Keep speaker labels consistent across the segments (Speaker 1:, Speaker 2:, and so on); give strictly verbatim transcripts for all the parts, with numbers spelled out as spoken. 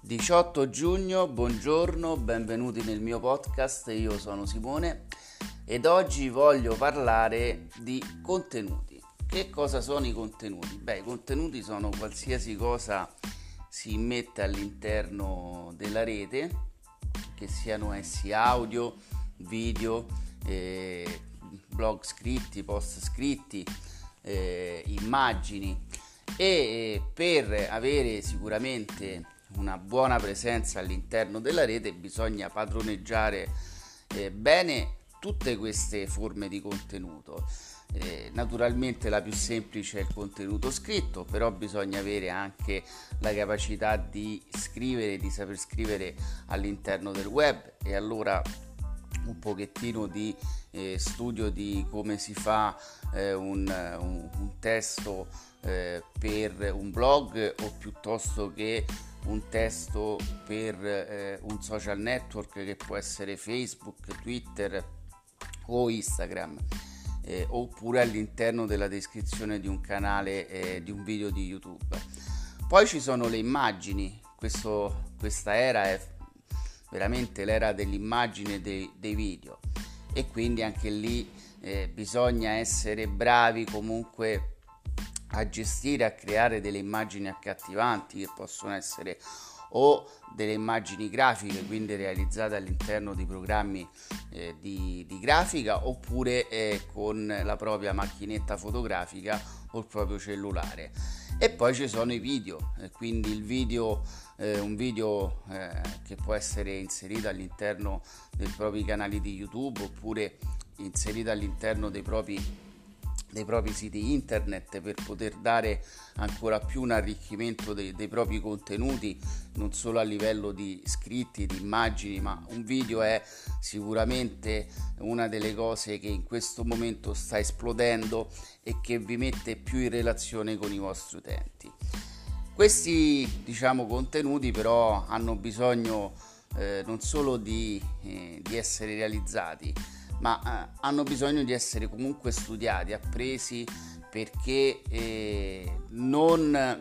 Speaker 1: diciotto giugno, buongiorno, benvenuti nel mio podcast, io sono Simone ed oggi voglio parlare di contenuti. Che cosa sono i contenuti? Beh, i contenuti sono qualsiasi cosa si mette all'interno della rete, che siano essi audio, video, eh, blog scritti, post scritti, eh, immagini e per avere sicuramente una buona presenza all'interno della rete bisogna padroneggiare eh, bene tutte queste forme di contenuto. Eh, naturalmente la più semplice è il contenuto scritto, però bisogna avere anche la capacità di scrivere, di saper scrivere all'interno del web, e allora un pochettino di eh, studio di come si fa eh, un, un, un testo eh, per un blog o piuttosto che un testo per eh, un social network che può essere Facebook, Twitter o Instagram, eh, oppure all'interno della descrizione di un canale eh, di un video di YouTube. Poi ci sono le immagini. Questo, questa era è veramente l'era dell'immagine e dei, dei video, e quindi anche lì eh, bisogna essere bravi comunque a gestire, a creare delle immagini accattivanti, che possono essere o delle immagini grafiche, quindi realizzate all'interno di programmi eh, di, di grafica, oppure eh, con la propria macchinetta fotografica o il proprio cellulare. E poi ci sono i video, eh, quindi il video, eh, un video eh, che può essere inserito all'interno dei propri canali di YouTube, oppure inserito all'interno dei propri dei propri siti internet, per poter dare ancora più un arricchimento dei, dei propri contenuti, non solo a livello di scritti, di immagini, ma un video è sicuramente una delle cose che in questo momento sta esplodendo e che vi mette più in relazione con i vostri utenti. Questi, diciamo, contenuti però hanno bisogno eh, non solo di, eh, di essere realizzati, ma eh, hanno bisogno di essere comunque studiati, appresi, perché eh, non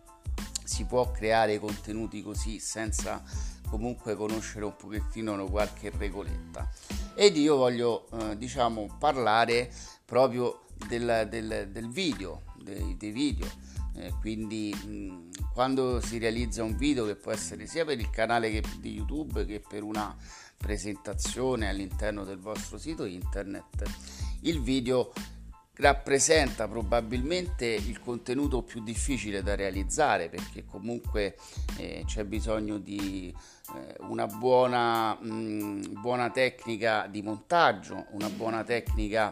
Speaker 1: si può creare contenuti così senza comunque conoscere un pochettino qualche regoletta. Ed io voglio eh, diciamo parlare proprio del, del, del video, dei, dei video. Eh, quindi mh, quando si realizza un video, che può essere sia per il canale che di YouTube che per una presentazione all'interno del vostro sito internet, il video rappresenta probabilmente il contenuto più difficile da realizzare, perché comunque eh, c'è bisogno di eh, una buona, mh, buona tecnica di montaggio, una buona tecnica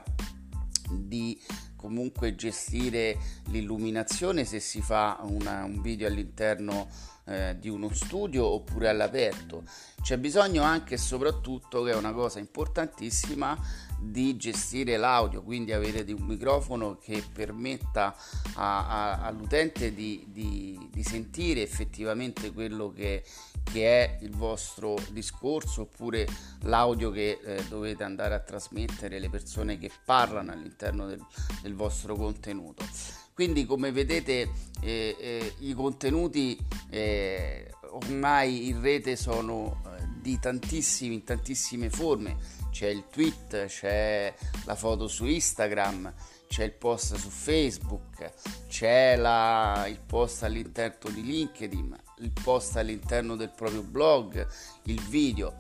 Speaker 1: di comunque gestire l'illuminazione se si fa una, un video all'interno eh, di uno studio oppure all'aperto. C'è bisogno anche e soprattutto, che è una cosa importantissima, di gestire l'audio, quindi avere di un microfono che permetta a, a, all'utente di, di, di sentire effettivamente quello che, che è il vostro discorso, oppure l'audio che eh, dovete andare a trasmettere, le persone che parlano all'interno del, del vostro contenuto. Quindi, come vedete, eh, eh, i contenuti eh, ormai in rete sono eh, di tantissimi, in tantissime forme. C'è il tweet, c'è la foto su Instagram, c'è il post su Facebook, c'è la, il post all'interno di LinkedIn, il post all'interno del proprio blog, il video.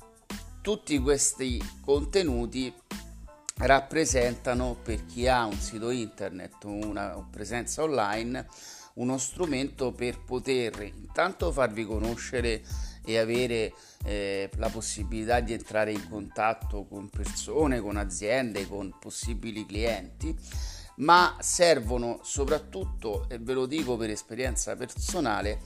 Speaker 1: Tutti questi contenuti rappresentano, per chi ha un sito internet, una presenza online, uno strumento per poter intanto farvi conoscere e avere eh, la possibilità di entrare in contatto con persone, con aziende, con possibili clienti, ma servono soprattutto, e ve lo dico per esperienza personale,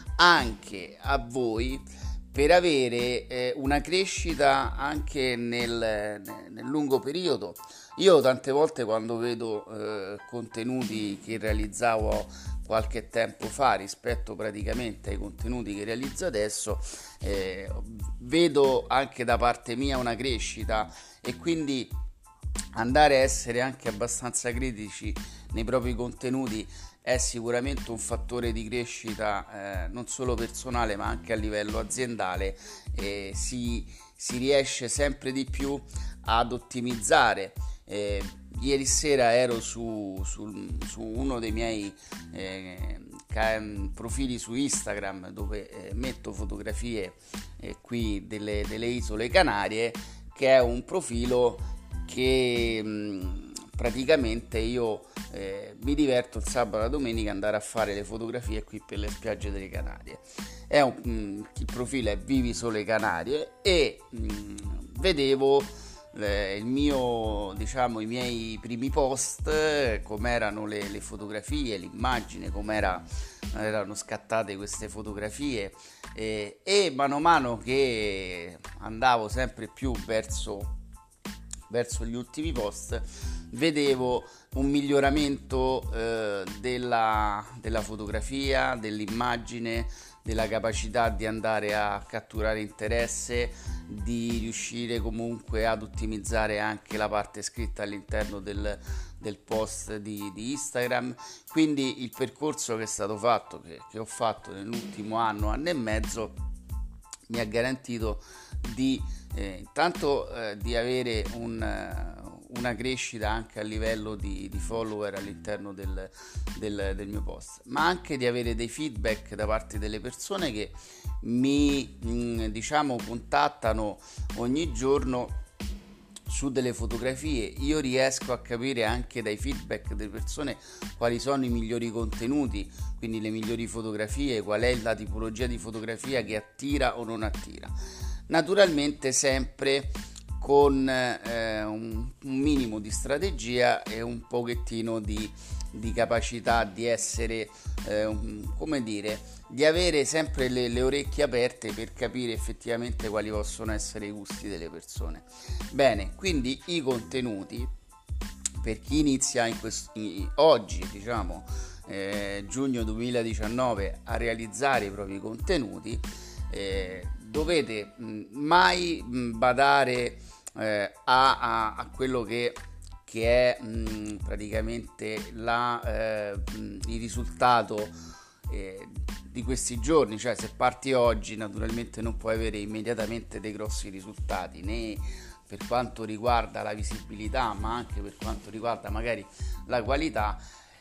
Speaker 1: anche a voi, per avere eh, una crescita anche nel, nel lungo periodo. Io tante volte, quando vedo eh, contenuti che realizzavo qualche tempo fa rispetto praticamente ai contenuti che realizzo adesso, eh, vedo anche da parte mia una crescita, e quindi andare a essere anche abbastanza critici nei propri contenuti è sicuramente un fattore di crescita, eh, non solo personale ma anche a livello aziendale, e si, si riesce sempre di più ad ottimizzare. Eh, ieri sera ero su, su, su uno dei miei eh, profili su Instagram, dove eh, metto fotografie eh, qui delle, delle isole Canarie, che è un profilo che mh, praticamente io eh, mi diverto il sabato e la domenica andare a fare le fotografie qui per le spiagge delle Canarie. È un, mh, il profilo è Vivi Sole Canarie, e mh, vedevo eh, il mio, diciamo, i miei primi post, eh, com'erano le, le fotografie, l'immagine, com'era erano scattate queste fotografie, eh, e mano a mano che andavo sempre più verso verso gli ultimi post vedevo un miglioramento eh, della, della fotografia, dell'immagine, della capacità di andare a catturare interesse, di riuscire comunque ad ottimizzare anche la parte scritta all'interno del, del post di, di Instagram. Quindi il percorso che è stato fatto, che, che ho fatto nell'ultimo anno, anno e mezzo, mi ha garantito di eh, intanto eh, di avere un, una crescita anche a livello di, di follower all'interno del, del, del mio post, ma anche di avere dei feedback da parte delle persone che mi mh, diciamo contattano ogni giorno su delle fotografie. Io riesco a capire anche dai feedback delle persone quali sono i migliori contenuti, quindi le migliori fotografie, qual è la tipologia di fotografia che attira o non attira. Naturalmente sempre con eh, un, un minimo di strategia e un pochettino di, di capacità di essere, eh, un, come dire, di avere sempre le, le orecchie aperte per capire effettivamente quali possono essere i gusti delle persone. Bene, quindi i contenuti, per chi inizia in questi, oggi, diciamo, eh, giugno duemiladiciannove, a realizzare i propri contenuti, eh, dovete mh, mai mh, badare eh, a, a, a quello che, che è mh, praticamente la, eh, mh, il risultato eh, di questi giorni. Cioè, se parti oggi naturalmente non puoi avere immediatamente dei grossi risultati, né per quanto riguarda la visibilità ma anche per quanto riguarda magari la qualità.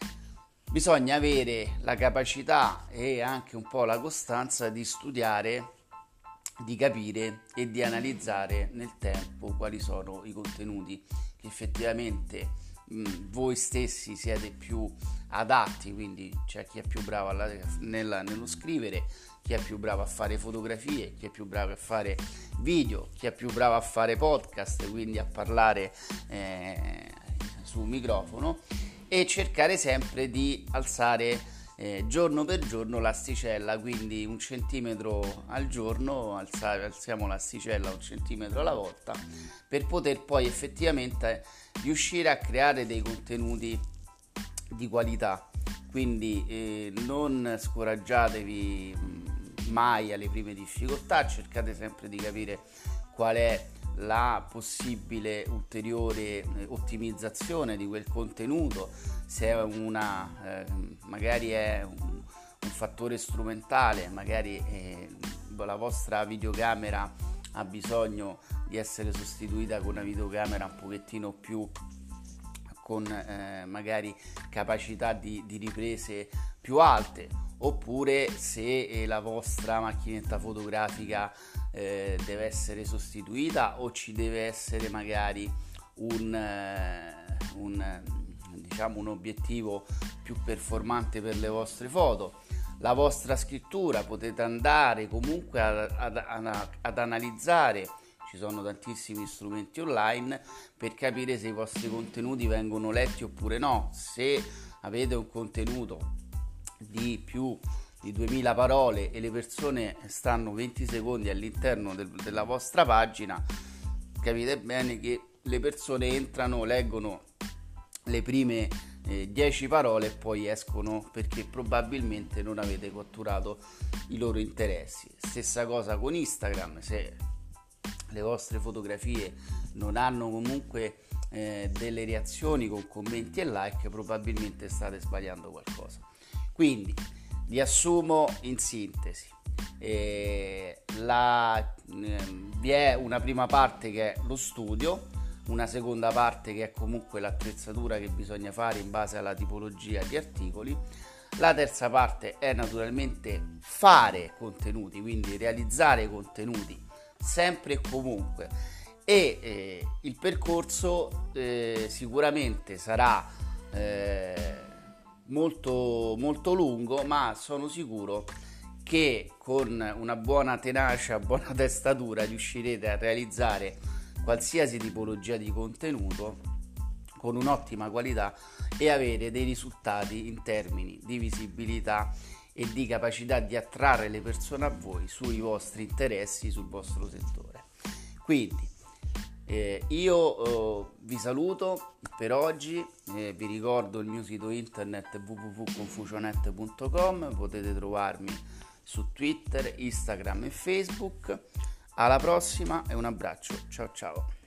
Speaker 1: Bisogna avere la capacità e anche un po' la costanza di studiare, di capire e di analizzare nel tempo quali sono i contenuti che effettivamente mh, voi stessi siete più adatti. Quindi c'è chi è più bravo alla, nella, nello scrivere, chi è più bravo a fare fotografie, chi è più bravo a fare video, chi è più bravo a fare podcast, quindi a parlare eh, su un microfono, e cercare sempre di alzare Eh, giorno per giorno l'asticella, quindi un centimetro al giorno, alzare, alziamo l'asticella un centimetro alla volta, per poter poi effettivamente riuscire a creare dei contenuti di qualità. Quindi eh, non scoraggiatevi mai alle prime difficoltà, cercate sempre di capire qual è la possibile ulteriore eh, ottimizzazione di quel contenuto, se è una eh, magari è un, un fattore strumentale, magari eh, la vostra videocamera ha bisogno di essere sostituita con una videocamera un pochettino più con eh, magari capacità di, di riprese più alte, oppure se eh, la vostra macchinetta fotografica eh, deve essere sostituita, o ci deve essere magari un, eh, un, diciamo un obiettivo più performante per le vostre foto. La vostra scrittura, potete andare comunque ad, ad, ad, ad analizzare. Ci sono tantissimi strumenti online per capire se i vostri contenuti vengono letti oppure no. Se avete un contenuto di più di duemila parole e le persone stanno venti secondi all'interno del, della vostra pagina, capite bene che le persone entrano, leggono le prime eh, dieci parole e poi escono, perché probabilmente non avete catturato i loro interessi. Stessa cosa con Instagram: se le vostre fotografie non hanno comunque eh, delle reazioni con commenti e like, probabilmente state sbagliando qualcosa. Quindi riassumo in sintesi. Eh, la, eh, vi è una prima parte che è lo studio, una seconda parte che è comunque l'attrezzatura che bisogna fare in base alla tipologia di articoli, la terza parte è naturalmente fare contenuti, quindi realizzare contenuti sempre e comunque, e eh, il percorso eh, sicuramente sarà eh, molto molto lungo, ma sono sicuro che con una buona tenacia, buona testatura riuscirete a realizzare qualsiasi tipologia di contenuto con un'ottima qualità e avere dei risultati in termini di visibilità e di capacità di attrarre le persone a voi sui vostri interessi, sul vostro settore. Quindi eh, io eh, vi saluto per oggi, eh, vi ricordo il mio sito internet w w w punto confusionet punto com, potete trovarmi su Twitter, Instagram e Facebook. Alla prossima e un abbraccio, ciao ciao.